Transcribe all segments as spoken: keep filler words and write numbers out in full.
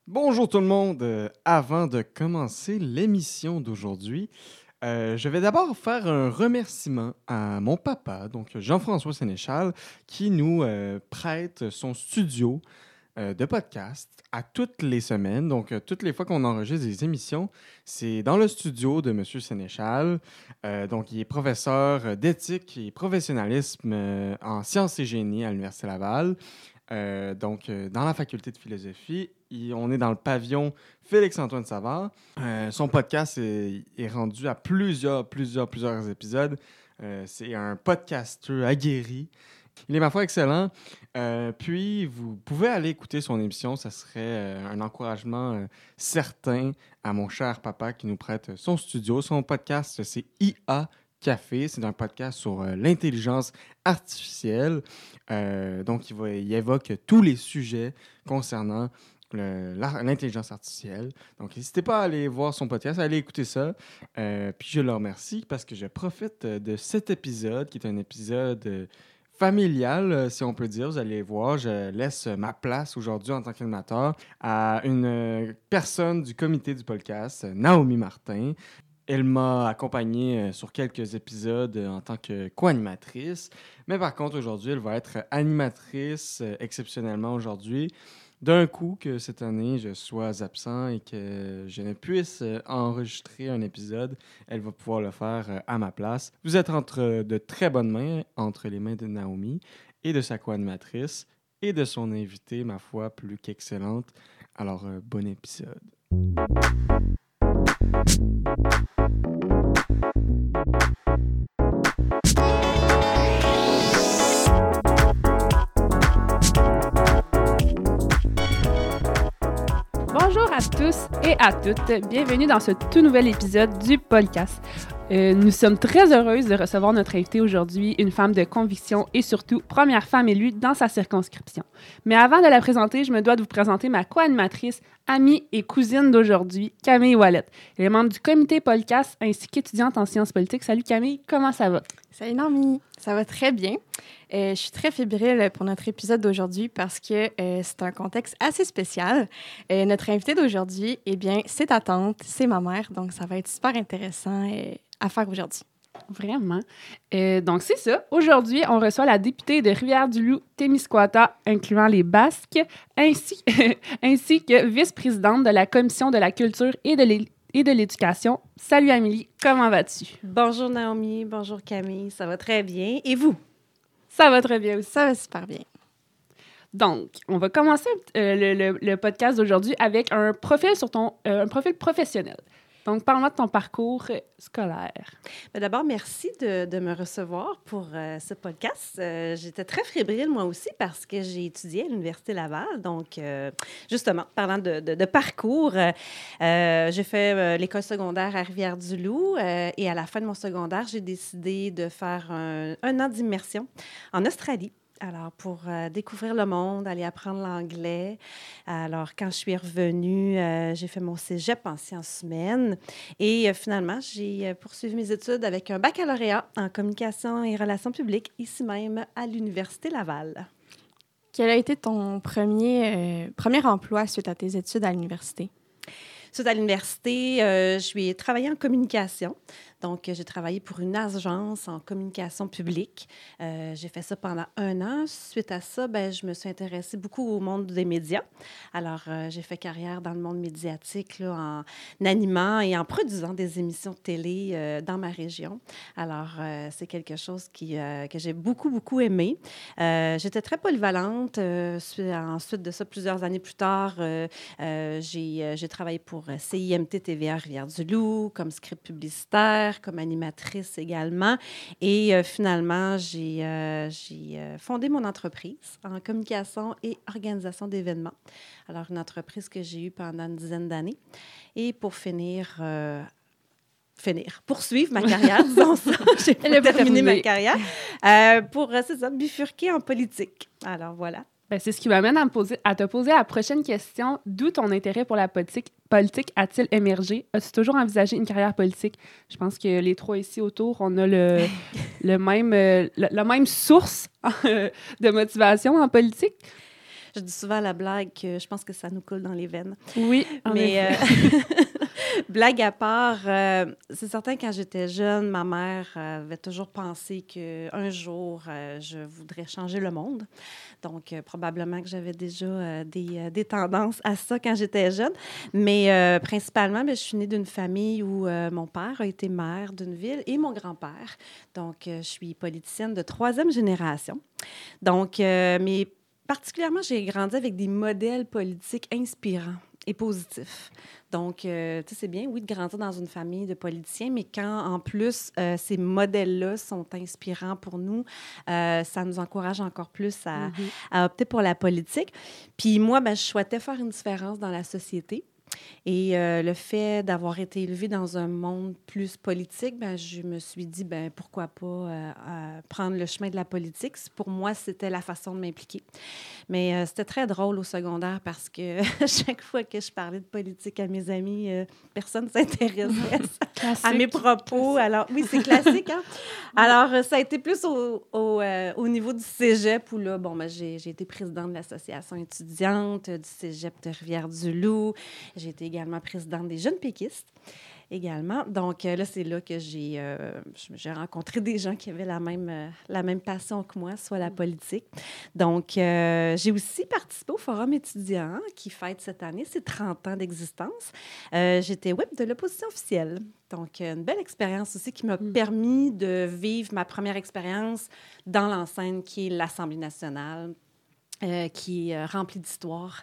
Bonjour tout le monde. Euh, avant de commencer l'émission d'aujourd'hui, euh, je vais d'abord faire un remerciement à mon papa, donc Jean-François Sénéchal, qui nous euh, prête son studio euh, de podcast à toutes les semaines. Donc, euh, toutes les fois qu'on enregistre des émissions, c'est dans le studio de M. Sénéchal. Euh, donc, il est professeur d'éthique et professionnalisme euh, en sciences et génie à l'Université Laval. Euh, donc, euh, dans la faculté de philosophie, il- on est dans le pavillon Félix-Antoine Savard. Euh, son podcast est, est rendu à plusieurs, plusieurs, plusieurs épisodes. Euh, c'est un podcasteur aguerri. Il est, ma foi, excellent. Euh, puis, vous pouvez aller écouter son émission. Ça serait euh, un encouragement euh, certain à mon cher papa qui nous prête son studio. Son podcast, c'est I A Café. C'est un podcast sur euh, l'intelligence artificielle. Euh, donc, il, va, il évoque tous les sujets concernant le- la- l'intelligence artificielle. Donc, n'hésitez pas à aller voir son podcast, à aller écouter ça. Euh, puis, je le remercie parce que je profite euh, de cet épisode, qui est un épisode euh, familial, euh, si on peut dire. Vous allez voir, je laisse ma place aujourd'hui en tant qu'animateur à une euh, personne du comité du podcast, Naomi Martin. Elle m'a accompagné euh, sur quelques épisodes euh, en tant que co-animatrice. Mais par contre, aujourd'hui, elle va être animatrice euh, exceptionnellement aujourd'hui. D'un coup, que cette année, je sois absent et que je ne puisse euh, enregistrer un épisode, elle va pouvoir le faire euh, à ma place. Vous êtes entre euh, de très bonnes mains, entre les mains de Naomi et de sa co-animatrice et de son invitée, ma foi, plus qu'excellente. Alors, euh, bon épisode. Bonjour à tous et à toutes. Bienvenue dans ce tout nouvel épisode du podcast. Euh, nous sommes très heureuses de recevoir notre invitée aujourd'hui, une femme de conviction et surtout première femme élue dans sa circonscription. Mais avant de la présenter, je me dois de vous présenter ma co-animatrice, amie et cousine d'aujourd'hui, Camille Ouellette. Elle est membre du comité podcast ainsi qu'étudiante en sciences politiques. Salut Camille, comment ça va? Salut Naomi, ça va très bien. Euh, je suis très fébrile pour notre épisode d'aujourd'hui parce que euh, c'est un contexte assez spécial. Euh, notre invitée d'aujourd'hui, eh bien, c'est ta tante, c'est ma mère, donc ça va être super intéressant euh, à faire aujourd'hui. Vraiment. Euh, donc, c'est ça. Aujourd'hui, on reçoit la députée de Rivière-du-Loup, Témiscouata, incluant les Basques, ainsi, ainsi que vice-présidente de la Commission de la culture et de l'é- et de l'éducation. Salut Amélie, comment vas-tu? Bonjour Naomi, bonjour Camille, ça va très bien. Et vous? Ça va très bien aussi. Ça va super bien. Donc, on va commencer euh, le, le- le podcast d'aujourd'hui avec un profil sur ton euh, un profil professionnel. Donc, parle-moi de ton parcours euh, scolaire. Ben d'abord, merci de, de me recevoir pour euh, ce podcast. Euh, j'étais très fébrile, moi aussi, parce que j'ai étudié à l'Université Laval. Donc, euh, justement, parlant de, de, de parcours, euh, euh, j'ai fait euh, l'école secondaire à Rivière-du-Loup euh, et à la fin de mon secondaire, j'ai décidé de faire un, un an d'immersion en Australie. Alors, pour euh, découvrir le monde, aller apprendre l'anglais. Alors, quand je suis revenue, euh, j'ai fait mon cégep en sciences humaines. Et euh, finalement, j'ai euh, poursuivi mes études avec un baccalauréat en communication et relations publiques, ici même à l'Université Laval. Quel a été ton premier, euh, premier emploi suite à tes études à l'université? Suite à l'université, euh, je suis travaillée en communication. Donc, j'ai travaillé pour une agence en communication publique. Euh, j'ai fait ça pendant un an. Suite à ça, ben, je me suis intéressée beaucoup au monde des médias. Alors, euh, j'ai fait carrière dans le monde médiatique là, en animant et en produisant des émissions de télé euh, dans ma région. Alors, euh, c'est quelque chose qui, euh, que j'ai beaucoup, beaucoup aimé. Euh, j'étais très polyvalente. Euh, ensuite de ça, plusieurs années plus tard, euh, euh, j'ai, euh, j'ai travaillé pour C I M T T V A Rivière-du-Loup comme script publicitaire, comme animatrice également. Et euh, finalement, j'ai, euh, j'ai euh, fondé mon entreprise en communication et organisation d'événements. Alors, une entreprise que j'ai eue pendant une dizaine d'années. Et pour finir... Euh, finir, poursuivre ma carrière, disons ça. J'ai pas terminé ma carrière. Euh, pour, euh, c'est ça, bifurquer en politique. Alors, voilà. Ben, c'est ce qui m'amène à, me poser, à te poser la prochaine question. D'où ton intérêt pour la politique, politique a-t-il émergé? As-tu toujours envisagé une carrière politique? Je pense que les trois ici autour, on a le, le même, euh, le, la même source de motivation en politique. je dis souvent à la blague que je pense que ça nous coule dans les veines. Oui, en Mais effet. euh, blague à part, euh, c'est certain, quand j'étais jeune, ma mère avait toujours pensé qu'un jour, euh, je voudrais changer le monde. Donc, euh, probablement que j'avais déjà euh, des, euh, des tendances à ça quand j'étais jeune. Mais euh, principalement, bien, je suis née d'une famille où euh, mon père a été maire d'une ville et mon grand-père. Donc, euh, je suis politicienne de troisième génération. Donc, euh, mais particulièrement, j'ai grandi avec des modèles politiques inspirants et positifs. Donc, euh, tu sais, c'est bien, oui, de grandir dans une famille de politiciens, mais quand, en plus, euh, ces modèles-là sont inspirants pour nous, euh, ça nous encourage encore plus à, Mhm. à opter pour la politique. Puis moi, ben, je souhaitais faire une différence dans la société. Et euh, le fait d'avoir été élevée dans un monde plus politique, ben, je me suis dit, ben, pourquoi pas euh, euh, prendre le chemin de la politique. Pour moi, c'était la façon de m'impliquer. Mais euh, c'était très drôle au secondaire parce que chaque fois que je parlais de politique à mes amis, euh, personne ne s'intéressait à mes propos. Alors, oui, c'est classique. Hein? Alors, euh, ça a été plus au, au, euh, au niveau du cégep où là, bon, ben, j'ai, j'ai été présidente de l'association étudiante du cégep de Rivière-du-Loup. J'ai été également présidente des Jeunes péquistes également. Donc euh, là, c'est là que j'ai, euh, j'ai rencontré des gens qui avaient la même, euh, la même passion que moi, soit la politique. Donc, euh, j'ai aussi participé au Forum étudiant qui fête cette année ses trente ans d'existence. Euh, j'étais web de l'opposition officielle. Donc, une belle expérience aussi qui m'a Mm. permis de vivre ma première expérience dans l'enceinte qui est l'Assemblée nationale, euh, qui est euh, remplie d'histoire,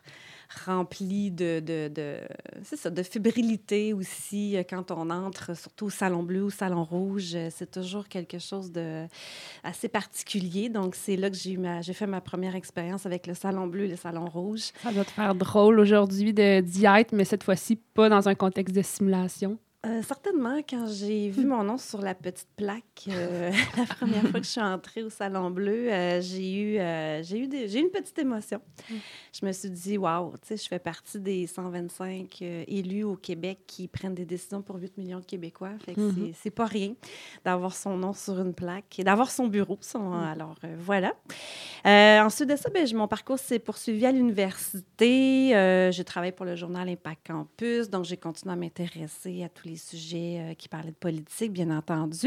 rempli de, de, de, c'est ça, de fébrilité aussi quand on entre, surtout au Salon Bleu ou Salon Rouge. C'est toujours quelque chose de assez particulier. Donc, c'est là que j'ai, eu ma, j'ai fait ma première expérience avec le Salon Bleu et le Salon Rouge. Ça doit te faire drôle aujourd'hui de, d'y être, mais cette fois-ci, pas dans un contexte de simulation. Euh, certainement, quand j'ai vu mon nom sur la petite plaque, euh, la première fois que je suis entrée au Salon Bleu, euh, j'ai eu, euh, j'ai eu des, j'ai eu une petite émotion. Mm. Je me suis dit, waouh, tu sais, je fais partie des cent vingt-cinq euh, élus au Québec qui prennent des décisions pour huit millions de Québécois. Fait que mm-hmm. c'est, c'est pas rien d'avoir son nom sur une plaque et d'avoir son bureau. Son, mm. Alors, euh, voilà. Euh, ensuite de ça, ben, mon parcours s'est poursuivi à l'université. Euh, j'ai travaillé pour le journal Impact Campus, donc j'ai continué à m'intéresser à tous les sujets euh, qui parlaient de politique, bien entendu.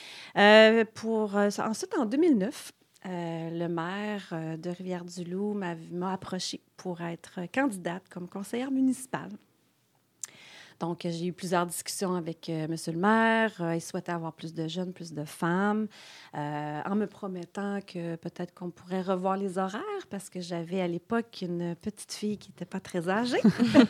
Euh, pour, euh, ensuite, en deux mille neuf, euh, le maire euh, de Rivière-du-Loup m'a, m'a approchée pour être candidate comme conseillère municipale. Donc, j'ai eu plusieurs discussions avec euh, M. le maire. Euh, il souhaitait avoir plus de jeunes, plus de femmes, euh, en me promettant que peut-être qu'on pourrait revoir les horaires parce que j'avais à l'époque une petite fille qui n'était pas très âgée.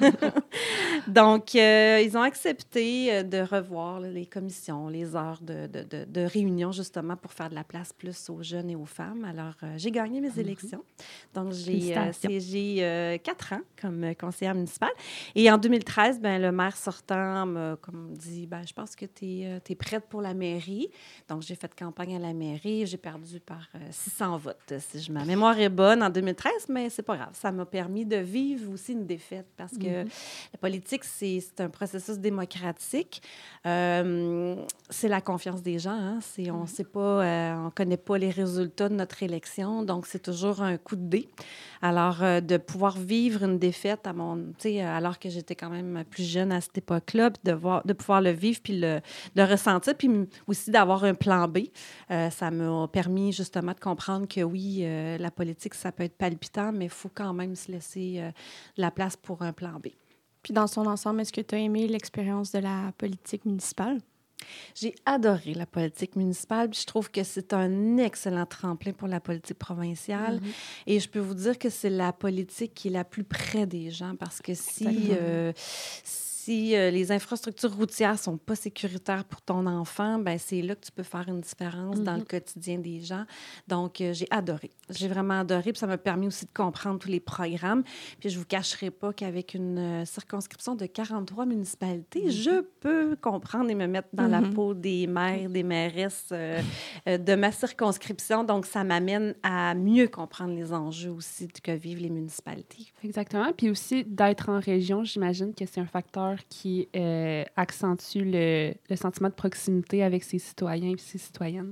Donc, euh, ils ont accepté de revoir là, les commissions, les heures de, de, de, de réunion, justement, pour faire de la place plus aux jeunes et aux femmes. Alors, euh, j'ai gagné mes élections. Donc, j'ai euh, siégé euh, quatre ans comme conseillère municipale. Et en deux mille treize, ben, le maire sortant m'a comme dit, ben, je pense que tu es euh, prête pour la mairie. Donc, j'ai fait campagne à la mairie. J'ai perdu par euh, six cents votes, si je, ma mémoire est bonne, en deux mille treize, mais c'est pas grave. Ça m'a permis de vivre aussi une défaite parce que mm-hmm. la politique, c'est, c'est un processus démocratique. Euh, c'est la confiance des gens. Hein? C'est, on sait pas, euh, on connaît pas les résultats de notre élection, donc c'est toujours un coup de dé. Alors, euh, de pouvoir vivre une défaite à mon, tu sais, alors que j'étais quand même plus jeune à cette époque-là, puis de, voir, de pouvoir le vivre, puis le, le ressentir, puis aussi d'avoir un plan B, euh, ça m'a permis justement de comprendre que oui, euh, la politique, ça peut être palpitant, mais il faut quand même se laisser euh, de la place pour un plan B. Puis dans son ensemble, est-ce que tu as aimé l'expérience de la politique municipale? J'ai adoré la politique municipale, puis je trouve que c'est un excellent tremplin pour la politique provinciale. Mm-hmm. Et je peux vous dire que c'est la politique qui est la plus près des gens, parce que si... Euh, Si euh, les infrastructures routières ne sont pas sécuritaires pour ton enfant, ben c'est là que tu peux faire une différence mm-hmm. dans le quotidien des gens. Donc, euh, j'ai adoré. J'ai vraiment adoré. Puis ça m'a permis aussi de comprendre tous les programmes. Puis je ne vous cacherai pas qu'avec une euh, circonscription de quarante-trois municipalités, mm-hmm. je peux comprendre et me mettre dans mm-hmm. la peau des maires, des mairesses euh, euh, de ma circonscription. Donc, ça m'amène à mieux comprendre les enjeux aussi que vivent les municipalités. Exactement. Puis aussi, d'être en région, j'imagine que c'est un facteur qui euh, accentue le, le sentiment de proximité avec ses citoyens et ses citoyennes.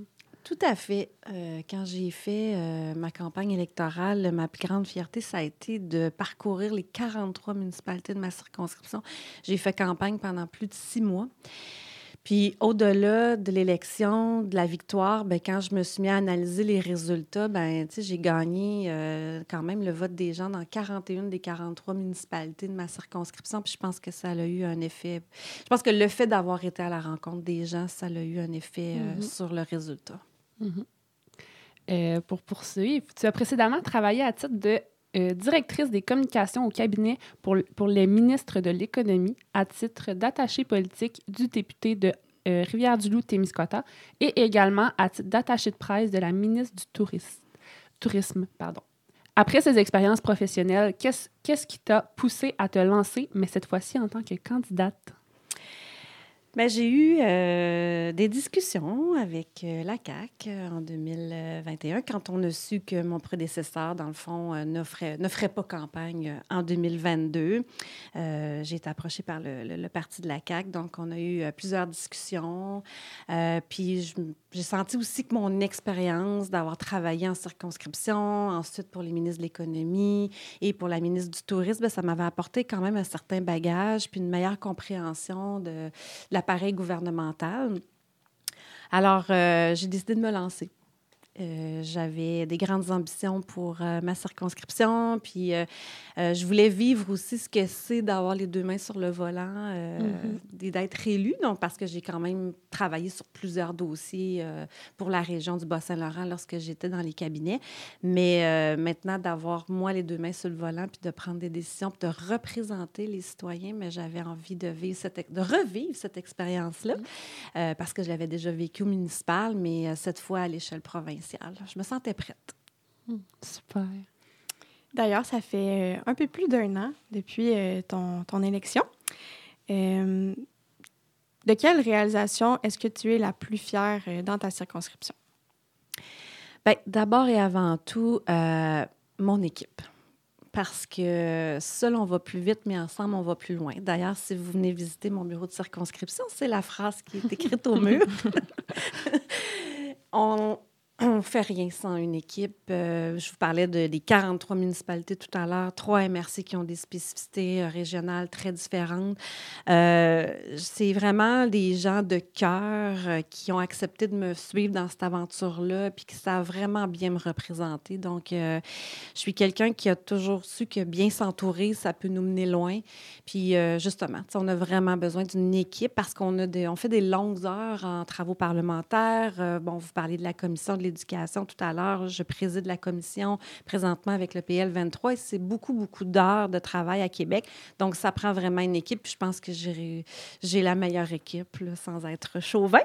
Tout à fait. Euh, quand j'ai fait euh, ma campagne électorale, ma plus grande fierté, ça a été de parcourir les quarante-trois municipalités de ma circonscription. J'ai fait campagne pendant plus de six mois. Puis, au-delà de l'élection, de la victoire, bien, quand je me suis mis à analyser les résultats, bien, tu sais, j'ai gagné euh, quand même le vote des gens dans quarante et une des quarante-trois municipalités de ma circonscription. Puis, je pense que ça a eu un effet... Je pense que le fait d'avoir été à la rencontre des gens, ça a eu un effet euh, Mm-hmm. sur le résultat. Mm-hmm. Euh, pour poursuivre, tu as précédemment travaillé à titre de euh, directrice des communications au cabinet pour, pour les ministres de l'Économie à titre d'attaché politique du député de euh, Rivière-du-Loup-Témiscouata et également à titre d'attaché de presse de la ministre du Tourisme. tourisme pardon. Après ces expériences professionnelles, qu'est-ce, qu'est-ce qui t'a poussé à te lancer, mais cette fois-ci en tant que candidate? Bien, j'ai eu euh, des discussions avec euh, la C A Q euh, en deux mille vingt et un quand on a su que mon prédécesseur, dans le fond, euh, ne, ferait, ne ferait pas campagne euh, en deux mille vingt-deux. Euh, j'ai été approchée par le, le, le parti de la C A Q, donc on a eu euh, plusieurs discussions. Euh, puis je, j'ai senti aussi que mon expérience d'avoir travaillé en circonscription, ensuite pour les ministres de l'Économie et pour la ministre du Tourisme, bien, ça m'avait apporté quand même un certain bagage puis une meilleure compréhension de, de l'appareil gouvernemental. Alors, euh, j'ai décidé de me lancer. Euh, j'avais des grandes ambitions pour euh, ma circonscription, puis euh, euh, je voulais vivre aussi ce que c'est d'avoir les deux mains sur le volant euh, mm-hmm. et d'être élue, donc parce que j'ai quand même travaillé sur plusieurs dossiers euh, pour la région du Bas-Saint-Laurent lorsque j'étais dans les cabinets, mais euh, maintenant d'avoir, moi, les deux mains sur le volant, puis de prendre des décisions, puis de représenter les citoyens, mais j'avais envie de, vivre cette, de revivre cette expérience-là, mm-hmm. euh, parce que je l'avais déjà vécue au municipal, mais euh, cette fois à l'échelle provinciale. Je me sentais prête. Mmh, super. D'ailleurs, ça fait euh, un peu plus d'un an depuis euh, ton, ton élection. Euh, de quelle réalisation est-ce que tu es la plus fière euh, dans ta circonscription? Bien, d'abord et avant tout, euh, mon équipe. Parce que seul, on va plus vite, mais ensemble, on va plus loin. D'ailleurs, si vous venez visiter mon bureau de circonscription, c'est la phrase qui est écrite au mur. on... On ne fait rien sans une équipe. Euh, je vous parlais de, des quarante-trois municipalités tout à l'heure, trois M R C qui ont des spécificités euh, régionales très différentes. Euh, c'est vraiment des gens de cœur euh, qui ont accepté de me suivre dans cette aventure-là puis qui savent vraiment bien me représenter. Donc, euh, je suis quelqu'un qui a toujours su que bien s'entourer, ça peut nous mener loin. Puis, euh, justement, on a vraiment besoin d'une équipe parce qu'on a des, on fait des longues heures en travaux parlementaires. Euh, bon, vous parlez de la commission de l'éducation tout à l'heure. Je préside la commission présentement avec le P L vingt-trois et c'est beaucoup, beaucoup d'heures de travail à Québec. Donc, ça prend vraiment une équipe. Puis je pense que j'ai, j'ai la meilleure équipe, là, sans être chauvin.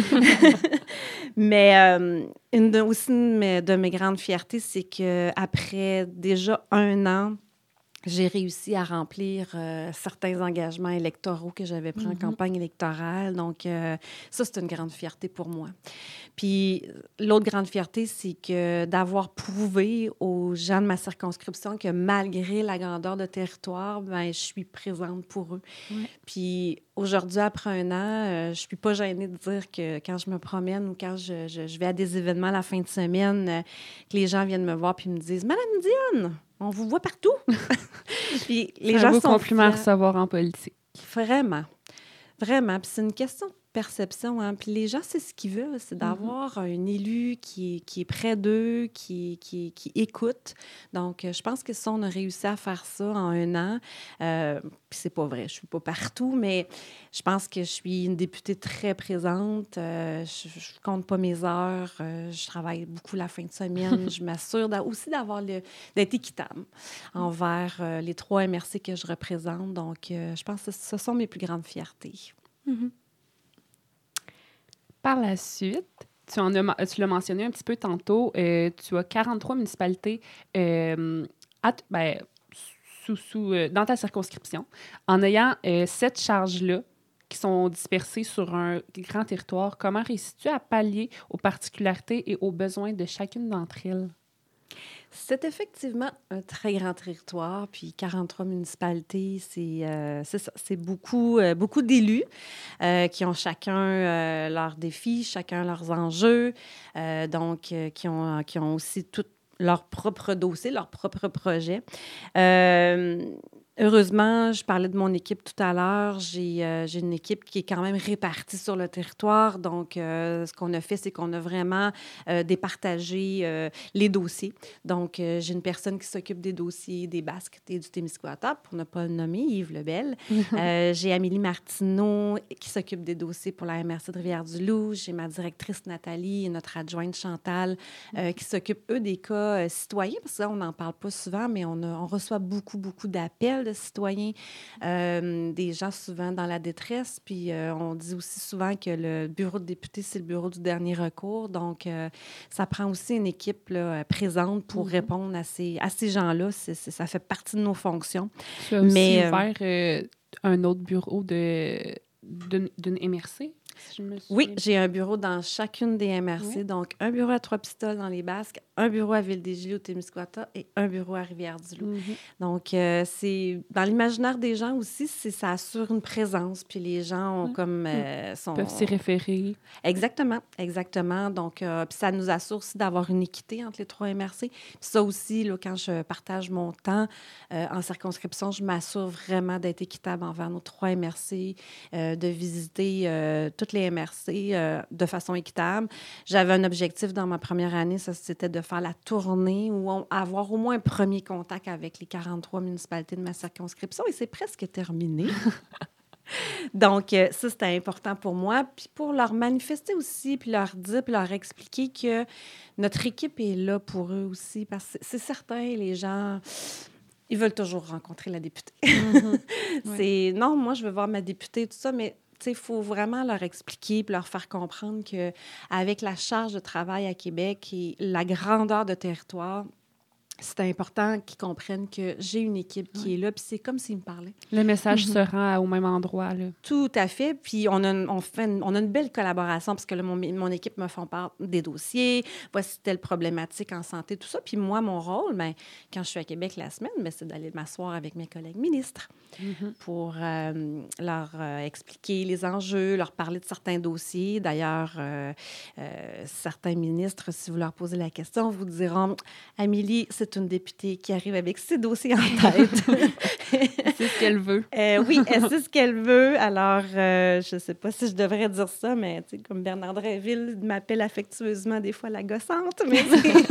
Mais euh, une de, aussi une de mes grandes fiertés, c'est qu'après déjà un an, j'ai réussi à remplir euh, certains engagements électoraux que j'avais pris mm-hmm. en campagne électorale. Donc, euh, ça, c'est une grande fierté pour moi. Puis, l'autre grande fierté, c'est que d'avoir prouvé aux gens de ma circonscription que malgré la grandeur de territoire, bien, je suis présente pour eux. Ouais. Puis, aujourd'hui, après un an, euh, je ne suis pas gênée de dire que quand je me promène ou quand je, je, je vais à des événements la fin de semaine, euh, que les gens viennent me voir puis me disent « Madame Dionne, on vous voit partout! » Puis les c'est gens un beau sont compliment à fiers. recevoir en politique. Vraiment. Vraiment. Puis c'est une question de perception. Hein? Puis les gens, c'est ce qu'ils veulent, c'est d'avoir mm-hmm. un élu qui, qui est près d'eux, qui, qui, qui écoute. Donc, je pense que ça, on a réussi à faire ça en un an. Euh, puis c'est pas vrai, je suis pas partout, mais je pense que je suis une députée très présente. Euh, je, je compte pas mes heures. Euh, je travaille beaucoup la fin de semaine. Je m'assure d'a- aussi d'avoir le, d'être équitable envers euh, les trois M R C que je représente. Donc, euh, je pense que ce sont mes plus grandes fiertés. Mm-hmm. Par la suite, tu, en as, tu l'as mentionné un petit peu tantôt, euh, tu as quarante-trois municipalités euh, à, ben, sous, sous, euh, dans ta circonscription, en ayant euh, cette charge-là qui sont dispersées sur un grand territoire. Comment réussis-tu à pallier aux particularités et aux besoins de chacune d'entre elles? C'est effectivement un très grand territoire, puis quarante-trois municipalités, c'est euh, c'est ça, c'est beaucoup, euh, beaucoup d'élus euh, qui ont chacun euh, leurs défis, chacun leurs enjeux, euh, donc euh, qui, ont, qui ont aussi tout leur propre dossier, leur propre projet. Euh, Heureusement, je parlais de mon équipe tout à l'heure. J'ai, euh, j'ai une équipe qui est quand même répartie sur le territoire. Donc, euh, ce qu'on a fait, c'est qu'on a vraiment euh, départagé euh, les dossiers. Donc, euh, j'ai une personne qui s'occupe des dossiers des Basques et du Témiscouata, pour ne pas le nommer, Yves Lebel. euh, j'ai Amélie Martineau qui s'occupe des dossiers pour la M R C de Rivière-du-Loup. J'ai ma directrice Nathalie et notre adjointe Chantal euh, qui s'occupent, eux, des cas euh, citoyens. Parce que là, on n'en parle pas souvent, mais on, a, on reçoit beaucoup, beaucoup d'appels de citoyens, euh, des gens souvent dans la détresse. Puis euh, on dit aussi souvent que le bureau de député, c'est le bureau du dernier recours. Donc, euh, ça prend aussi une équipe là, présente pour mm-hmm. répondre à ces, à ces gens-là. C'est, c'est, ça fait partie de nos fonctions. Tu as aussi Mais, ouvert euh, un autre bureau de, d'une, d'une M R C? Si je me oui, j'ai un bureau dans chacune des M R C. Oui. Donc, un bureau à Trois-Pistoles dans les Basques, un bureau à Ville-des-Gilets au Témiscouata et un bureau à Rivière-du-Loup. Mm-hmm. Donc, euh, c'est dans l'imaginaire des gens aussi, c'est, ça assure une présence. Puis les gens ont oui. comme... Euh, sont... peuvent s'y référer. Exactement, exactement. Donc, euh, puis ça nous assure aussi d'avoir une équité entre les trois M R C. Puis ça aussi, là, quand je partage mon temps euh, en circonscription, je m'assure vraiment d'être équitable envers nos trois M R C, euh, de visiter euh, toutes les M R C euh, de façon équitable. J'avais un objectif dans ma première année, ça, c'était de faire la tournée ou on, avoir au moins un premier contact avec les quarante-trois municipalités de ma circonscription et c'est presque terminé. Donc, euh, ça, c'était important pour moi. Puis pour leur manifester aussi, puis leur dire, puis leur expliquer que notre équipe est là pour eux aussi, parce que c'est certain, les gens... ils veulent toujours rencontrer la députée. Mm-hmm. c'est, ouais. Non, moi, je veux voir ma députée, tout ça, mais il faut vraiment leur expliquer et leur faire comprendre qu'avec la charge de travail à Québec et la grandeur de territoire, c'est important qu'ils comprennent que j'ai une équipe qui oui. est là, puis c'est comme s'ils me parlaient. Le message mm-hmm. se rend au même endroit, là. Tout à fait, puis on a, une, on fait une, on a une belle collaboration, parce que là, mon, mon équipe me font part des dossiers, voici telle problématique en santé, tout ça, puis moi, mon rôle, bien, quand je suis à Québec la semaine, bien, c'est d'aller m'asseoir avec mes collègues ministres mm-hmm. pour euh, leur euh, expliquer les enjeux, leur parler de certains dossiers. D'ailleurs, euh, euh, certains ministres, si vous leur posez la question, vous diront « Amélie, c'est une députée qui arrive avec ses dossiers en tête. » C'est ce qu'elle veut. euh, oui, elle sait ce qu'elle veut. Alors, euh, je ne sais pas si je devrais dire ça, mais comme Bernard Drinville m'appelle affectueusement des fois la gossante, mais c'est...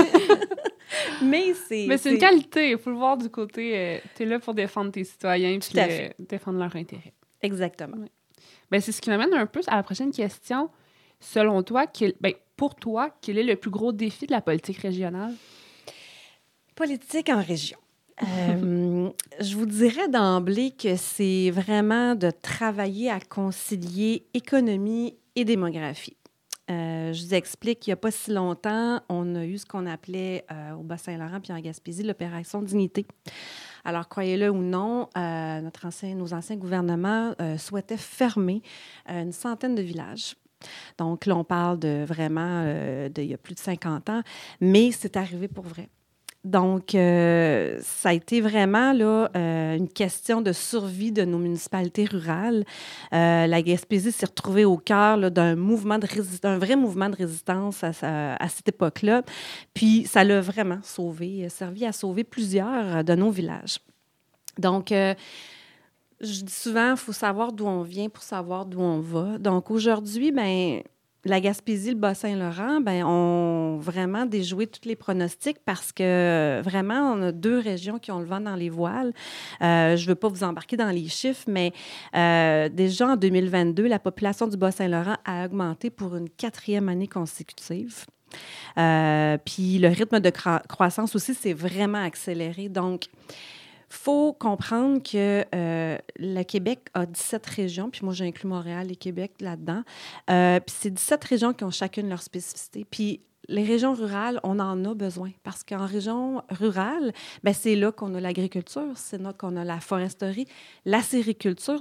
mais c'est... Mais c'est, c'est une qualité. Il faut le voir du côté... Euh, tu es là pour défendre tes citoyens puis euh, défendre leurs intérêts. Exactement. Ouais. Ben, c'est ce qui m'amène un peu à la prochaine question. Selon toi, quel, ben, pour toi, quel est le plus gros défi de la politique régionale? Politique en région. Euh, je vous dirais d'emblée que c'est vraiment de travailler à concilier économie et démographie. Euh, je vous explique qu'il n'y a pas si longtemps, on a eu ce qu'on appelait euh, au Bas-Saint-Laurent puis en Gaspésie l'opération Dignité. Alors, croyez-le ou non, euh, notre ancien, nos anciens gouvernements euh, souhaitaient fermer euh, une centaine de villages. Donc, là, on parle de vraiment euh, d'il y a plus de cinquante ans, mais c'est arrivé pour vrai. Donc, euh, ça a été vraiment là, euh, une question de survie de nos municipalités rurales. Euh, la Gaspésie s'est retrouvée au cœur là, d'un mouvement de résistance, un vrai mouvement de résistance à, à, à cette époque-là. Puis, ça l'a vraiment sauvé, servi à sauver plusieurs de nos villages. Donc, euh, je dis souvent, il faut savoir d'où on vient pour savoir d'où on va. Donc, aujourd'hui, bien, la Gaspésie, le Bas-Saint-Laurent, ben, ont vraiment déjoué tous les pronostics parce que vraiment, on a deux régions qui ont le vent dans les voiles. Euh, je ne veux pas vous embarquer dans les chiffres, mais euh, déjà en deux mille vingt-deux, la population du Bas-Saint-Laurent a augmenté pour une quatrième année consécutive. Euh, puis le rythme de cro- croissance aussi s'est vraiment accéléré. Donc, il faut comprendre que euh, le Québec a dix-sept régions, puis moi, j'ai inclus Montréal et Québec là-dedans. Euh, puis c'est dix-sept régions qui ont chacune leur spécificité. Puis les régions rurales, on en a besoin parce qu'en région rurale, bien, c'est là qu'on a l'agriculture, c'est là qu'on a la foresterie, la sériculture, dont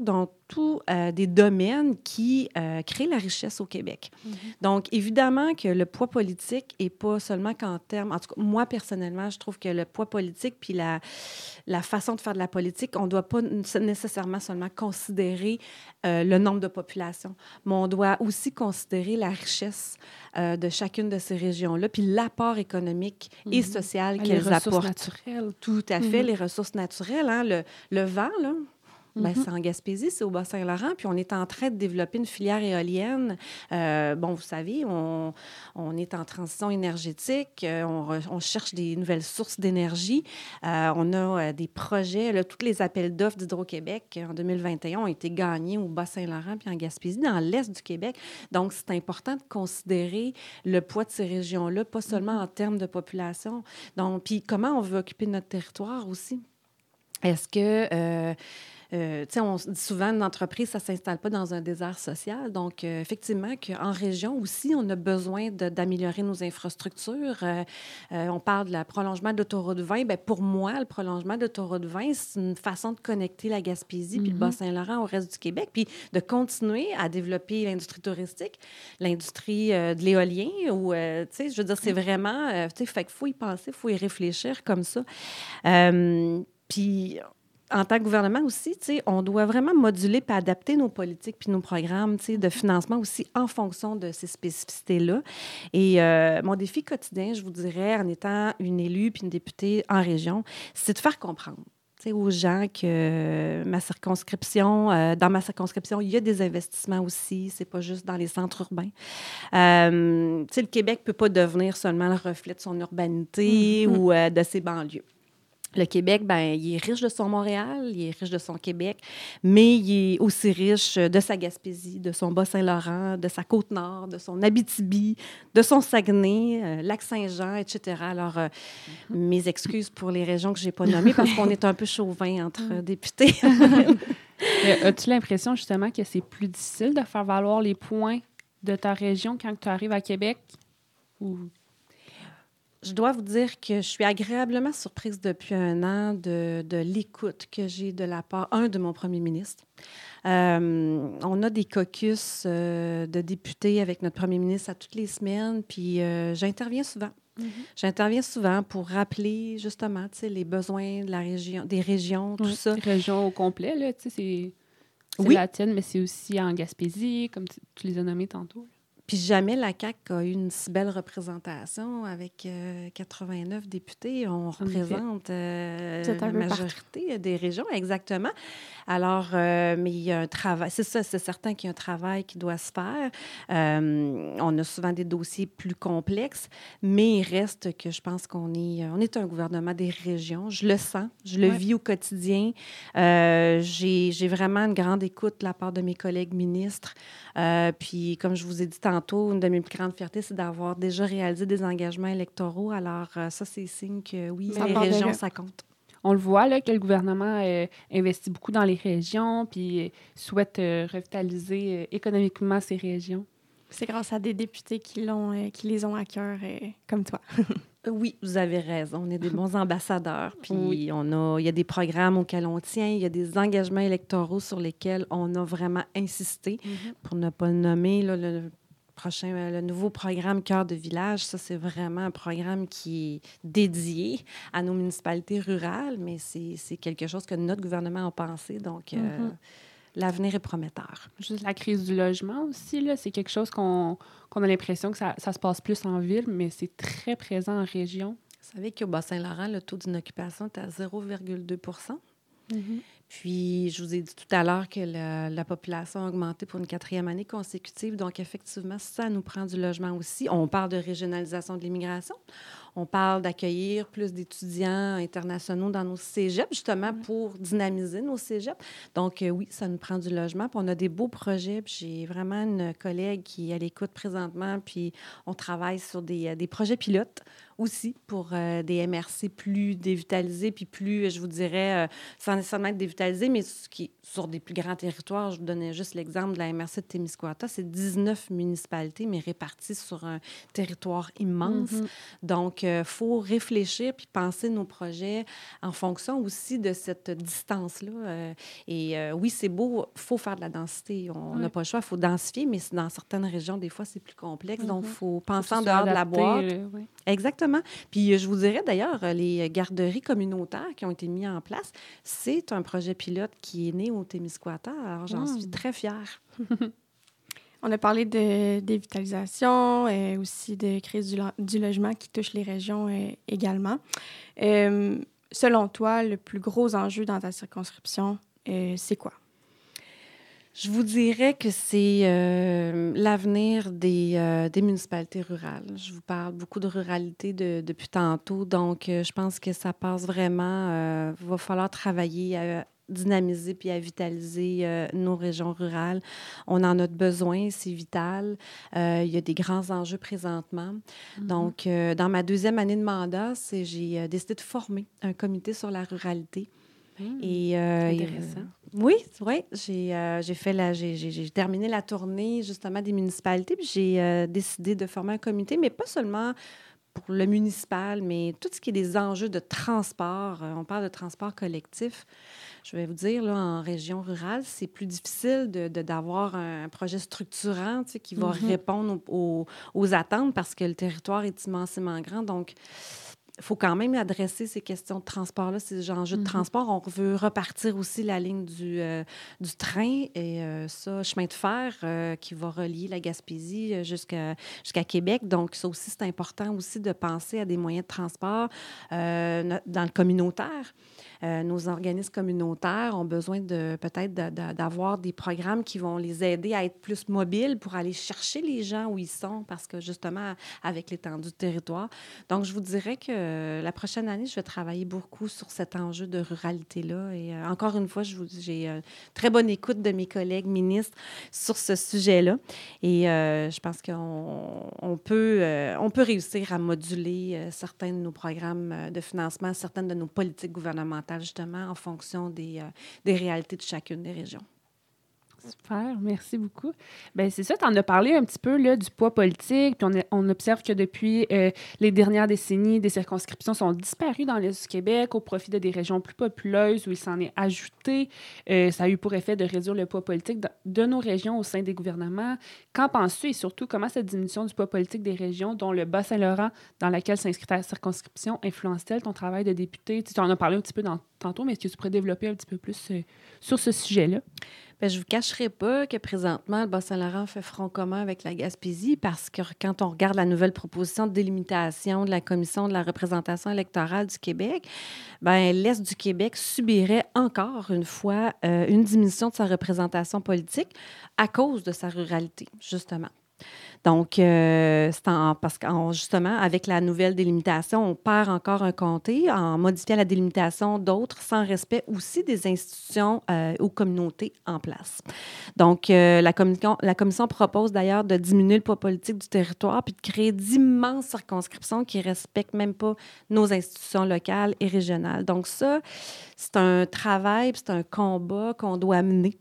surtout euh, des domaines qui euh, créent la richesse au Québec. Mm-hmm. Donc, évidemment que le poids politique n'est pas seulement qu'en termes... En tout cas, moi, personnellement, je trouve que le poids politique puis la, la façon de faire de la politique, on ne doit pas nécessairement seulement considérer euh, le nombre de populations, mais on doit aussi considérer la richesse euh, de chacune de ces régions-là, puis l'apport économique mm-hmm. et social ah, qu'elles apportent. Les ressources naturelles. Tout à fait, mm-hmm. les ressources naturelles. Hein, le, le vent, là, ben, mm-hmm. c'est en Gaspésie, c'est au Bas-Saint-Laurent, puis on est en train de développer une filière éolienne. Euh, bon, vous savez, on, on est en transition énergétique, euh, on, re, on cherche des nouvelles sources d'énergie. Euh, on a euh, des projets, là, tous les appels d'offres d'Hydro-Québec en deux mille vingt et un ont été gagnés au Bas-Saint-Laurent puis en Gaspésie, dans l'est du Québec. Donc, c'est important de considérer le poids de ces régions-là, pas seulement mm-hmm. en termes de population. Donc, puis comment on veut occuper notre territoire aussi. Est-ce que... Euh, Euh, tu sais, on dit souvent, une entreprise, ça ne s'installe pas dans un désert social. Donc, euh, effectivement, qu'en région aussi, on a besoin de, d'améliorer nos infrastructures. Euh, euh, on parle de la prolongement de l'autoroute vingt. Bien, pour moi, le prolongement de l'autoroute vingt, c'est une façon de connecter la Gaspésie mm-hmm. puis le Bas-Saint-Laurent au reste du Québec, puis de continuer à développer l'industrie touristique, l'industrie euh, de l'éolien. Ou, euh, tu sais, je veux dire, c'est vraiment... Euh, tu sais, fait qu'il faut y penser, il faut y réfléchir comme ça. Euh, puis... En tant que gouvernement aussi, on doit vraiment moduler et adapter nos politiques puis nos programmes de financement aussi en fonction de ces spécificités-là. Et euh, mon défi quotidien, je vous dirais, en étant une élue puis une députée en région, c'est de faire comprendre aux gens que ma circonscription, euh, dans ma circonscription, il y a des investissements aussi, c'est pas juste dans les centres urbains. Euh, le Québec ne peut pas devenir seulement le reflet de son urbanité mm-hmm. ou euh, de ses banlieues. Le Québec, ben, il est riche de son Montréal, il est riche de son Québec, mais il est aussi riche de sa Gaspésie, de son Bas-Saint-Laurent, de sa Côte-Nord, de son Abitibi, de son Saguenay, euh, Lac-Saint-Jean, et cetera. Alors, euh, mm-hmm. mes excuses pour les régions que je n'ai pas nommées parce qu'on est un peu chauvin entre euh, députés. Mais as-tu l'impression justement que c'est plus difficile de faire valoir les points de ta région quand tu arrives à Québec? Ou... Je dois vous dire que je suis agréablement surprise depuis un an de, de l'écoute que j'ai de la part, un, de mon premier ministre. Euh, on a des caucus euh, de députés avec notre premier ministre à toutes les semaines, puis euh, j'interviens souvent. Mm-hmm. J'interviens souvent pour rappeler, justement, les besoins de la région, des régions, tout oui, ça. Les régions au complet, là, tu sais, c'est, c'est oui. la tienne, mais c'est aussi en Gaspésie, comme tu, tu les as nommés tantôt. Puis jamais la C A Q a eu une si belle représentation avec euh, quatre-vingt-neuf députés. On représente euh, la majorité partout. Des régions, exactement. Alors, euh, mais il y a un travail. C'est ça, c'est certain qu'il y a un travail qui doit se faire. Euh, on a souvent des dossiers plus complexes, mais il reste que je pense qu'on est, on est un gouvernement des régions. Je le sens, je le ouais. vis au quotidien. Euh, j'ai, j'ai vraiment une grande écoute de la part de mes collègues ministres. Euh, puis, comme je vous ai dit tantôt, une de mes plus grandes fiertés, c'est d'avoir déjà réalisé des engagements électoraux. Alors, euh, ça, c'est signe que, oui, ça les régions, bien. Ça compte. On le voit, là, que le gouvernement euh, investit beaucoup dans les régions puis euh, souhaite euh, revitaliser euh, économiquement ces régions. C'est grâce à des députés qui, l'ont, euh, qui les ont à cœur, euh, comme toi. Oui, vous avez raison. On est des bons ambassadeurs. Puis oui. on a, il y a des programmes auxquels on tient. Il y a des engagements électoraux sur lesquels on a vraiment insisté. Mm-hmm. Pour ne pas le nommer, là, le prochain, le nouveau programme Cœur de village, ça, c'est vraiment un programme qui est dédié à nos municipalités rurales, mais c'est, c'est quelque chose que notre gouvernement a pensé. Donc, mm-hmm. euh, l'avenir est prometteur. Juste la crise du logement aussi, là, c'est quelque chose qu'on, qu'on a l'impression que ça, ça se passe plus en ville, mais c'est très présent en région. Vous savez qu'au Bas-Saint-Laurent, le taux d'inoccupation est à zéro virgule deux pour cent. Mm-hmm. Puis, je vous ai dit tout à l'heure que la, la population a augmenté pour une quatrième année consécutive. Donc, effectivement, ça nous prend du logement aussi. On parle de régionalisation de l'immigration. On parle d'accueillir plus d'étudiants internationaux dans nos cégeps, justement pour dynamiser nos cégeps. Donc, euh, oui, ça nous prend du logement. Puis on a des beaux projets. Puis j'ai vraiment une collègue qui est à l'écoute présentement. Puis on travaille sur des, des projets pilotes aussi pour euh, des M R C plus dévitalisés, puis plus, je vous dirais, euh, sans nécessairement être dévitalisés, mais qui, sur des plus grands territoires. Je vous donnais juste l'exemple de la M R C de Témiscouata. C'est dix-neuf municipalités, mais réparties sur un territoire immense. Mm-hmm. Donc, Donc, il faut réfléchir puis penser nos projets en fonction aussi de cette distance-là. Euh, et euh, oui, c'est beau, il faut faire de la densité. On n'a Oui. pas le choix, il faut densifier, mais dans certaines régions, des fois, c'est plus complexe. Mm-hmm. Donc, il faut penser faut en dehors de la boîte. Là, oui. Exactement. Puis, je vous dirais d'ailleurs, les garderies communautaires qui ont été mises en place, c'est un projet pilote qui est né au Témiscouata. Alors, j'en mmh. suis très fière. On a parlé de dévitalisation, et aussi de crise du, lo- du logement qui touche les régions euh, également. Euh, selon toi, le plus gros enjeu dans ta circonscription, euh, c'est quoi? Je vous dirais que c'est euh, l'avenir des, euh, des municipalités rurales. Je vous parle beaucoup de ruralité de, depuis tantôt, donc euh, je pense que ça passe vraiment. Il euh, va falloir travailler à dynamiser puis à vitaliser euh, nos régions rurales. On en a besoin, c'est vital. Euh, il y a des grands enjeux présentement. Mm-hmm. Donc, euh, dans ma deuxième année de mandat, c'est, j'ai euh, décidé de former un comité sur la ruralité. Mmh, et, euh, intéressant. Et, oui, oui. J'ai, euh, j'ai, fait la, j'ai, j'ai, j'ai terminé la tournée, justement, des municipalités, puis j'ai euh, décidé de former un comité, mais pas seulement pour le municipal, mais tout ce qui est des enjeux de transport. Euh, on parle de transport collectif. Je vais vous dire, là, en région rurale, c'est plus difficile de, de, d'avoir un projet structurant, tu sais, qui va mm-hmm. répondre aux, aux, aux attentes parce que le territoire est immensément grand. Donc, il faut quand même adresser ces questions de transport-là, ces enjeux de mm-hmm. transport. On veut repartir aussi la ligne du, euh, du train et euh, ça, chemin de fer euh, qui va relier la Gaspésie jusqu'à, jusqu'à Québec. Donc, ça aussi, c'est important aussi de penser à des moyens de transport euh, dans le communautaire. Euh, nos organismes communautaires ont besoin de peut-être de, de, d'avoir des programmes qui vont les aider à être plus mobiles pour aller chercher les gens où ils sont parce que, justement, avec l'étendue du territoire. Donc, je vous dirais que euh, la prochaine année, je vais travailler beaucoup sur cet enjeu de ruralité-là. Et euh, encore une fois, je vous, j'ai euh, très bonne écoute de mes collègues ministres sur ce sujet-là. Et euh, je pense qu'on on peut, euh, on peut réussir à moduler euh, certains de nos programmes de financement, certaines de nos politiques gouvernementales, justement, en fonction des, euh, des réalités de chacune des régions. Super, merci beaucoup. Bien, c'est ça, tu en as parlé un petit peu là, du poids politique, puis on, a, on observe que depuis euh, les dernières décennies, des circonscriptions sont disparues dans l'Est du Québec au profit de des régions plus populeuses où il s'en est ajouté. Euh, ça a eu pour effet de réduire le poids politique de, de nos régions au sein des gouvernements. Qu'en penses-tu et surtout, comment cette diminution du poids politique des régions, dont le Bas-Saint-Laurent, dans laquelle s'inscrit ta circonscription, influence-t-elle ton travail de député? Tu en as parlé un petit peu dans, tantôt, mais est-ce que tu pourrais développer un petit peu plus euh, sur ce sujet-là? Bien, je ne vous cacherai pas que présentement, le Bas-Saint-Laurent fait front commun avec la Gaspésie parce que quand on regarde la nouvelle proposition de délimitation de la Commission de la représentation électorale du Québec, bien, l'Est du Québec subirait encore une fois euh, une diminution de sa représentation politique à cause de sa ruralité, justement. Donc, euh, c'est en, parce que justement, avec la nouvelle délimitation, on perd encore un comté en modifiant la délimitation d'autres sans respect aussi des institutions euh, ou communautés en place. Donc, euh, la, commission, la commission propose d'ailleurs de diminuer le poids politique du territoire puis de créer d'immenses circonscriptions qui ne respectent même pas nos institutions locales et régionales. Donc, ça, c'est un travail, c'est un combat qu'on doit mener.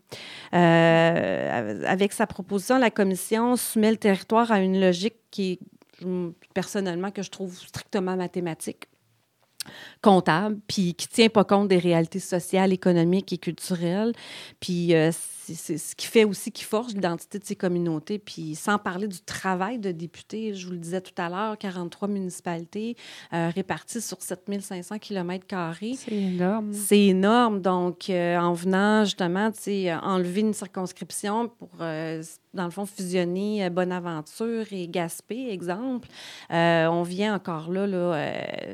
Euh, avec sa proposition, la commission soumet le territoire à une logique qui est, personnellement, que je trouve strictement mathématique, comptable, puis qui ne tient pas compte des réalités sociales, économiques et culturelles. Puis euh, c'est, c'est ce qui fait aussi qu'il forge l'identité de ces communautés. Puis sans parler du travail de députés, je vous le disais tout à l'heure, quarante-trois municipalités euh, réparties sur sept mille cinq cents kilomètres carrés. C'est énorme. C'est énorme. Donc, euh, en venant justement, tu sais, enlever une circonscription pour, euh, dans le fond, fusionner euh, Bonaventure et Gaspé, exemple, euh, on vient encore là, là euh,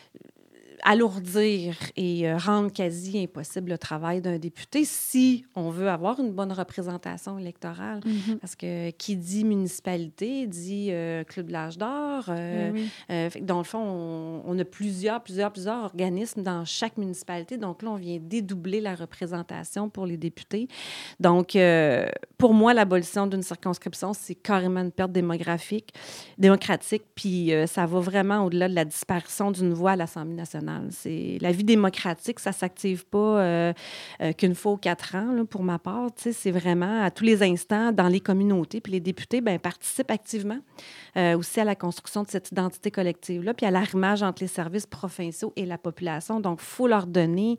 alourdir et euh, rendre quasi impossible le travail d'un député si on veut avoir une bonne représentation électorale. Mm-hmm. Parce que qui dit municipalité dit euh, Club de l'Âge d'Or. Euh, oui. euh, dans le fond, on, on a plusieurs, plusieurs, plusieurs organismes dans chaque municipalité. Donc là, on vient dédoubler la représentation pour les députés. Donc, euh, pour moi, l'abolition d'une circonscription, c'est carrément une perte démographique, démocratique. Puis euh, ça va vraiment au-delà de la disparition d'une voix à l'Assemblée nationale. régional. C'est, la vie démocratique, ça ne s'active pas euh, euh, qu'une fois aux quatre ans, là, pour ma part. Tu sais, c'est vraiment à tous les instants dans les communautés. Puis les députés ben, participent activement euh, aussi à la construction de cette identité collective-là, puis à l'arrimage entre les services provinciaux et la population. Donc, il faut leur donner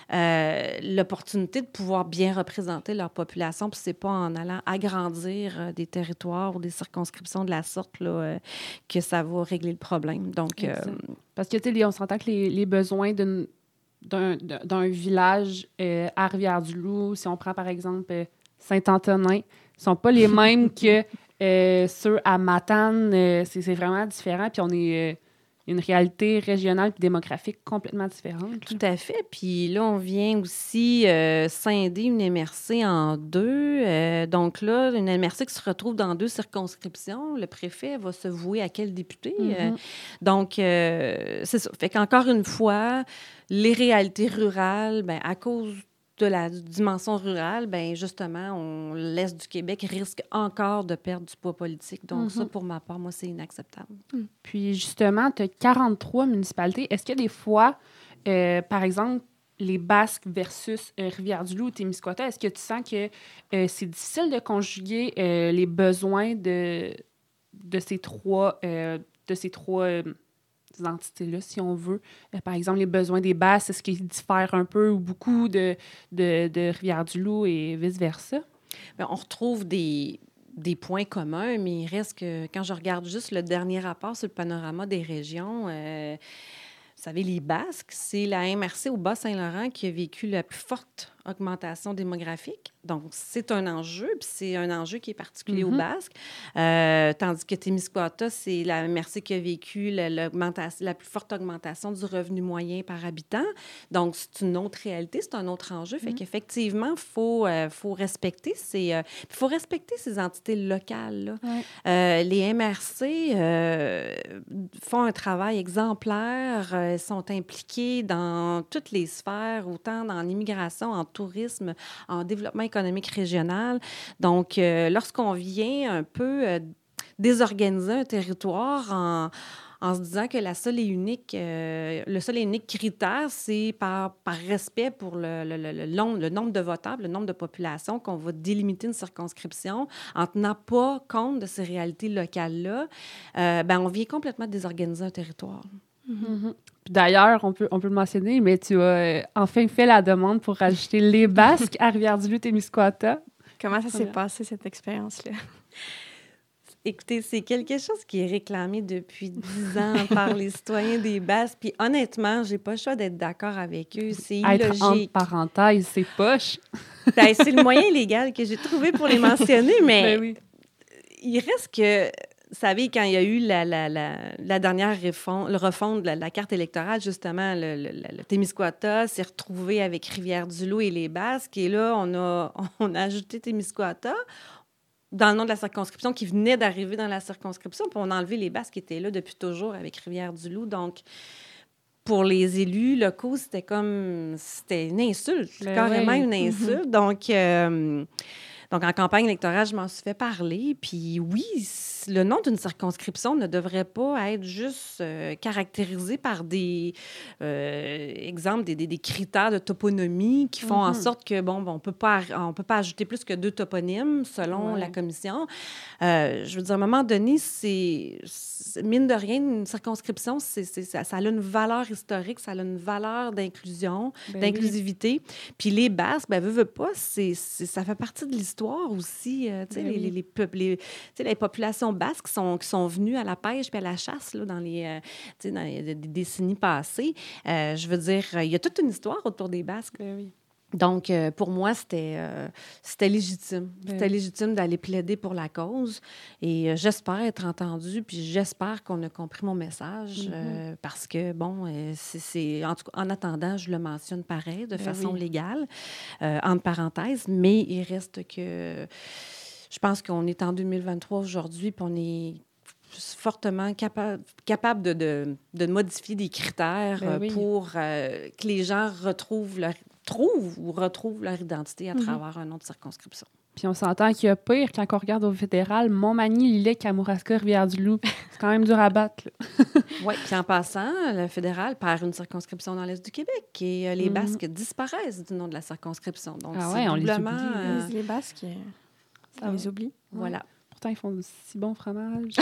euh, l'opportunité de pouvoir bien représenter leur population. Puis c'est pas en allant agrandir euh, des territoires ou des circonscriptions de la sorte là, euh, que ça va régler le problème. Donc, euh, parce que, tu sais, on s'entend que les, les besoins d'une, d'un, d'un village euh, à Rivière-du-Loup, si on prend par exemple euh, Saint-Antonin, ne sont pas les mêmes que euh, ceux à Matane. Euh, c'est, c'est vraiment différent. Puis on est... Euh, une réalité régionale et démographique complètement différente. Tout à fait. Puis là, on vient aussi euh, scinder une M R C en deux. Euh, donc là, une M R C qui se retrouve dans deux circonscriptions. Le préfet va se vouer à quel député? Mm-hmm. Euh, donc, euh, c'est ça. Fait qu'encore une fois, les réalités rurales, bien, à cause de la dimension rurale, bien, justement, on, l'Est du Québec risque encore de perdre du poids politique. Donc, mm-hmm. ça, pour ma part, moi, c'est inacceptable. Mm. Puis, justement, tu as quarante-trois municipalités. Est-ce que des fois, euh, par exemple, les Basques versus euh, Rivière-du-Loup ou Témiscouata, est-ce que tu sens que euh, c'est difficile de conjuguer euh, les besoins de, de ces trois... Euh, de ces trois euh, entités-là, si on veut. Euh, par exemple, les besoins des Basses, est-ce qu'ils diffèrent un peu ou beaucoup de, de, de Rivière-du-Loup et vice-versa? Bien, on retrouve des, des points communs, mais il reste que, quand je regarde juste le dernier rapport sur le panorama des régions, euh, vous savez, les Basques, c'est la M R C au Bas-Saint-Laurent qui a vécu la plus forte augmentation démographique. Donc, c'est un enjeu, puis c'est un enjeu qui est particulier mm-hmm. aux Basques. Euh, tandis que Témiscouata, c'est la M R C qui a vécu la, la plus forte augmentation du revenu moyen par habitant. Donc, c'est une autre réalité, c'est un autre enjeu. Fait mm-hmm. qu'effectivement, il faut, euh, faut respecter ces, euh, faut respecter ces entités locales, là. Ouais. Euh, les M R C euh, font un travail exemplaire, euh, sont impliqués dans toutes les sphères, autant dans l'immigration, en tourisme, en développement économique régional. Donc, euh, lorsqu'on vient un peu euh, désorganiser un territoire en, en se disant que la seule et unique, euh, le seul et unique critère, c'est par, par respect pour le, le, le, le, long, le nombre de votables, le nombre de populations, qu'on va délimiter une circonscription en tenant pas compte de ces réalités locales-là, euh, ben, on vient complètement désorganiser un territoire. Mm-hmm. D'ailleurs, on peut, on peut le mentionner, mais tu as euh, enfin fait la demande pour rajouter les Basques à Rivière-du-Loup-Témiscouata. Comment ça s'est passé, cette expérience-là? Écoutez, c'est quelque chose qui est réclamé depuis dix ans par les citoyens des Basques. Puis honnêtement, j'ai pas le choix d'être d'accord avec eux. C'est illogique. Être entre parenthèses, c'est poche. Ben, c'est le moyen légal que j'ai trouvé pour les mentionner, mais ben oui. Il reste que... Vous savez, quand il y a eu la, la, la, la dernière refonte, le refonte de la, la carte électorale, justement, le, le, le Témiscouata s'est retrouvé avec Rivière-du-Loup et les Basques. Et là, on a, on a ajouté Témiscouata dans le nom de la circonscription qui venait d'arriver dans la circonscription. Puis on a enlevé les Basques qui étaient là depuis toujours avec Rivière-du-Loup. Donc, pour les élus locaux, c'était comme... C'était une insulte, ben carrément oui. une insulte. Mm-hmm. Donc... Euh, Donc, en campagne électorale, je m'en suis fait parler. Puis oui, le nom d'une circonscription ne devrait pas être juste euh, caractérisé par des, euh, exemples, des, des, des critères de toponymie qui font mm-hmm. en sorte que, bon, on peut pas, on peut pas ajouter plus que deux toponymes selon ouais. la commission. Euh, je veux dire, à un moment donné, c'est, c'est mine de rien, une circonscription, c'est, c'est, ça, ça a une valeur historique, ça a une valeur d'inclusion, ben d'inclusivité. Oui. Puis les Basques, ben, veut, veut pas, c'est, c'est, ça fait partie de l'histoire aussi, euh, tu sais, les, les, les, peuples, les, les populations basques qui sont, qui sont venues à la pêche puis à la chasse là, dans, les, euh, dans les décennies passées. Euh, je veux dire, il y a toute une histoire autour des Basques. Ben oui. Donc, euh, pour moi, c'était, euh, c'était légitime. Ben c'était oui. légitime d'aller plaider pour la cause. Et euh, j'espère être entendue, puis j'espère qu'on a compris mon message. Mm-hmm. euh, parce que, bon, euh, c'est, c'est, en tout cas, en attendant, je le mentionne pareil, de ben façon oui. légale, euh, entre parenthèses. Mais il reste que... Je pense qu'on est en deux mille vingt-trois aujourd'hui, puis on est fortement capable, capable de, de, de modifier des critères ben oui. pour euh, que les gens retrouvent leur trouvent ou retrouvent leur identité à Mhm. travers un nom de circonscription. Puis on s'entend qu'il y a pire quand on regarde au fédéral, Montmagny, Lillec, Kamouraska, Rivière-du-Loup. C'est quand même dur à battre. Là. Oui, puis en passant, le fédéral perd une circonscription dans l'Est du Québec et euh, les Mhm. Basques disparaissent du nom de la circonscription. Donc, Ah c'est ouais, on les doublement... oublie, euh, Les, les Basques, euh, Ça on va. les oublie. voilà. Pourtant, ils font de si bons fromages.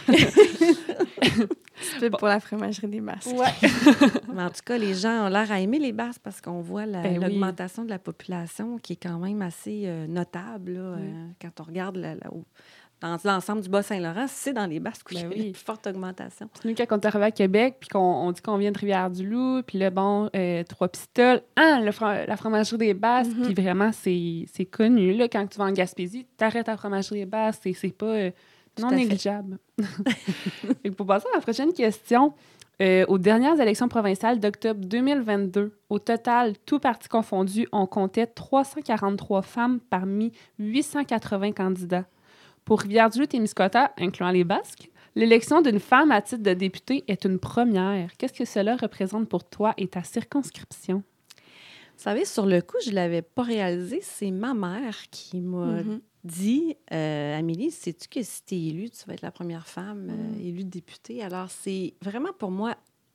C'est pour la fromagerie des Basques. Ouais. Mais en tout cas, les gens ont l'air à aimer les Basques parce qu'on voit la- Ben oui. l'augmentation de la population qui est quand même assez euh, notable. Là, Oui. euh, quand on regarde la- la- au- dans l'ensemble du Bas-Saint-Laurent, c'est dans les Basques où Ben il y a oui. une plus forte augmentation. Puis nous, quand on est arrivé à Québec, puis qu'on on dit qu'on vient de Rivière-du-Loup, puis là, bon, euh, Trois-Pistoles, hein, le fro- la fromagerie des Basques, Mhm. puis vraiment, c'est c'est connu. Là, quand tu vas en Gaspésie, t'arrêtes à la fromagerie des Basques, c'est c'est pas euh, Tout non à fait. négligeable. Et pour passer à la prochaine question, euh, aux dernières élections provinciales d'octobre deux mille vingt-deux, au total, tous partis confondus, on comptait trois cent quarante-trois femmes parmi huit cent quatre-vingts candidats. Pour Rivière-du-Loup-Témiscouata, incluant les Basques, l'élection d'une femme à titre de députée est une première. Qu'est-ce que cela représente pour toi et ta circonscription? Vous savez, sur le coup, je ne l'avais pas réalisé. C'est ma mère qui m'a Mhm. dit euh, Amélie, sais-tu que si tu es élue, tu vas être la première femme euh, Mm. élue députée? Alors, c'est vraiment pour moi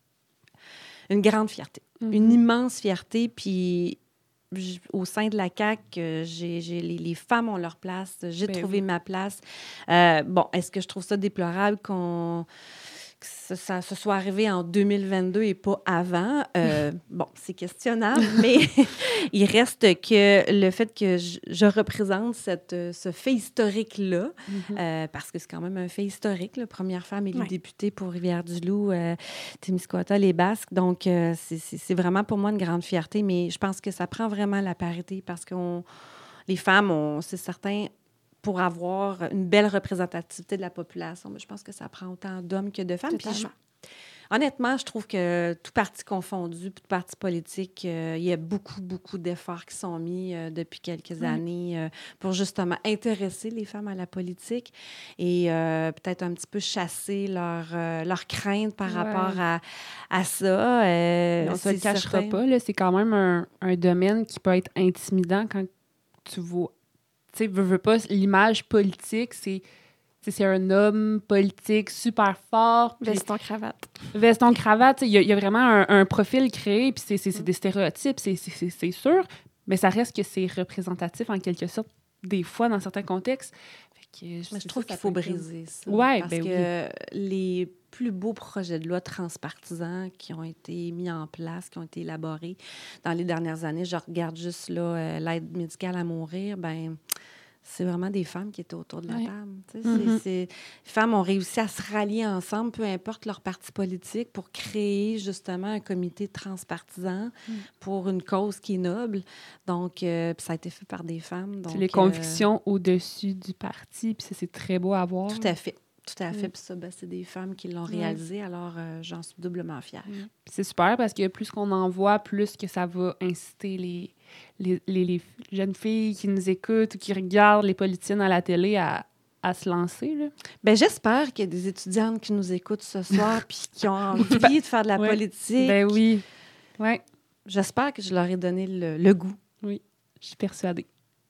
une grande fierté, Mhm. une immense fierté. Puis, j- au sein de la C A Q, euh, j'ai, j'ai- les, les femmes ont leur place. J'ai Ben trouvé oui. ma place. Euh, bon, est-ce que je trouve ça déplorable qu'on que ça, ça se soit arrivé en deux mille vingt-deux et pas avant? Euh, bon, c'est questionnable, mais il reste que le fait que je, je représente cette, euh, ce fait historique-là, Mhm. euh, parce que c'est quand même un fait historique, la première femme élue Ouais. députée pour Rivière-du-Loup, euh, Témiscouata, les Basques. Donc, euh, c'est, c'est, c'est vraiment pour moi une grande fierté, mais je pense que ça prend vraiment la parité parce que les femmes, ont, c'est certain, pour avoir une belle représentativité de la population, mais je pense que ça prend autant d'hommes que de femmes. Puis je- Totalement. honnêtement, je trouve que tout parti confondu, tout parti politique, euh, il y a beaucoup, beaucoup d'efforts qui sont mis euh, depuis quelques Oui. années euh, pour justement intéresser les femmes à la politique et euh, peut-être un petit peu chasser leurs euh, leurs craintes par Ouais. rapport à, à ça. Euh, Mais on se le c'est cachera certain. pas, là, c'est quand même un, un domaine qui peut être intimidant quand tu vois. Tu sais, veux, veux pas, l'image politique, c'est. tu sais, C'est un homme politique super fort. puis Veston cravate. veston, cravate, tu sais, il y, a- il y a vraiment un, un profil créé, puis c'est, c'est, c'est des stéréotypes, c'est, c'est, c'est, c'est sûr, mais ça reste que c'est représentatif en quelque sorte, des fois, dans certains contextes. Fait que, Mais c'est je trouve ça, qu'il ça faut peut être- briser ça. Ouais, parce ben que les plus beaux projets de loi transpartisans qui ont été mis en place, qui ont été élaborés dans les dernières années, je regarde juste là, euh, l'aide médicale à mourir, ben c'est vraiment des femmes qui étaient autour de la Ouais. table. Tu sais, Mhm. c'est, c'est- les femmes ont réussi à se rallier ensemble, peu importe leur parti politique, pour créer justement un comité transpartisan Mhm. pour une cause qui est noble. Donc, euh, puis ça a été fait par des femmes. Donc, C'est les euh, convictions au-dessus du parti, puis ça, c'est très beau à voir. tout à fait. Tout à fait. Mm. Puis ça, ben, c'est des femmes qui l'ont Ouais. réalisé, alors euh, j'en suis doublement fière. Puis c'est super parce que plus qu'on en voit, plus que ça va inciter les, les, les, les jeunes filles qui nous écoutent ou qui regardent les politiciennes à la télé à, à se lancer. Là. Ben, j'espère qu'il y a des étudiantes qui nous écoutent ce soir puis qui ont envie de faire de la Ouais. politique. Ben oui. Ouais, J'espère que je leur ai donné le, le goût. je suis persuadée.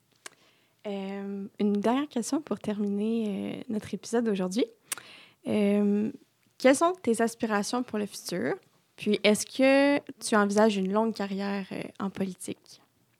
Euh, une dernière question pour terminer euh, notre épisode d'aujourd'hui. Euh, quelles sont tes aspirations pour le futur? Puis, est-ce que tu envisages une longue carrière euh, en politique?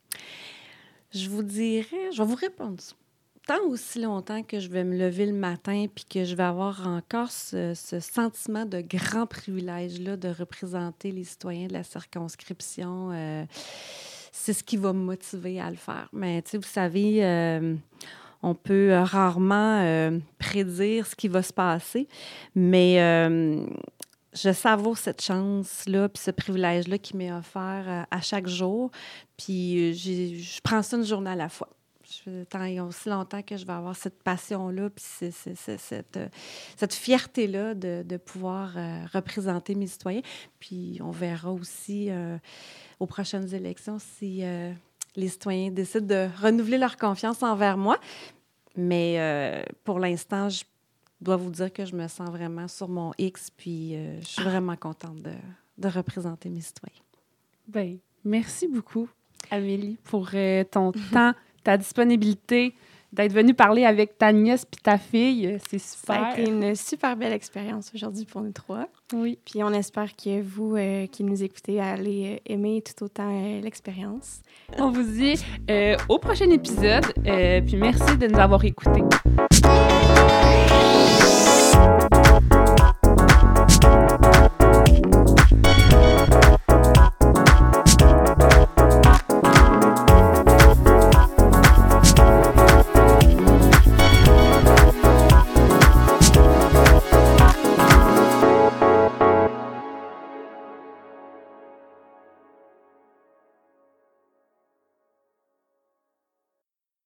Je vous dirais, je vais vous répondre ça. Tant aussi longtemps que je vais me lever le matin puis que je vais avoir encore ce, ce sentiment de grand privilège-là de représenter les citoyens de la circonscription, euh, c'est ce qui va me motiver à le faire. Mais tu sais, vous savez, euh, on peut euh, rarement euh, prédire ce qui va se passer, mais euh, je savoure cette chance-là puis ce privilège-là qui m'est offert euh, à chaque jour. Puis euh, j'ai- je prends ça une journée à la fois. Je, tant il y a aussi longtemps que je vais avoir cette passion-là, puis c'est, c'est, c'est, cette, euh, cette fierté-là de, de pouvoir euh, représenter mes citoyens. Puis on verra aussi euh, aux prochaines élections si euh, les citoyens décident de renouveler leur confiance envers moi. Mais euh, pour l'instant, je dois vous dire que je me sens vraiment sur mon X, puis euh, je suis vraiment contente de, de représenter mes citoyens. Ben, merci beaucoup. Amélie, pour euh, ton temps, ta disponibilité, d'être venue parler avec ta nièce puis ta fille. C'est super. Ça a été une super belle expérience aujourd'hui pour nous trois. Oui. Puis on espère que vous euh, qui nous écoutez allez euh, aimer tout autant euh, l'expérience. On vous dit euh, au prochain épisode. Euh, puis merci de nous avoir écoutés.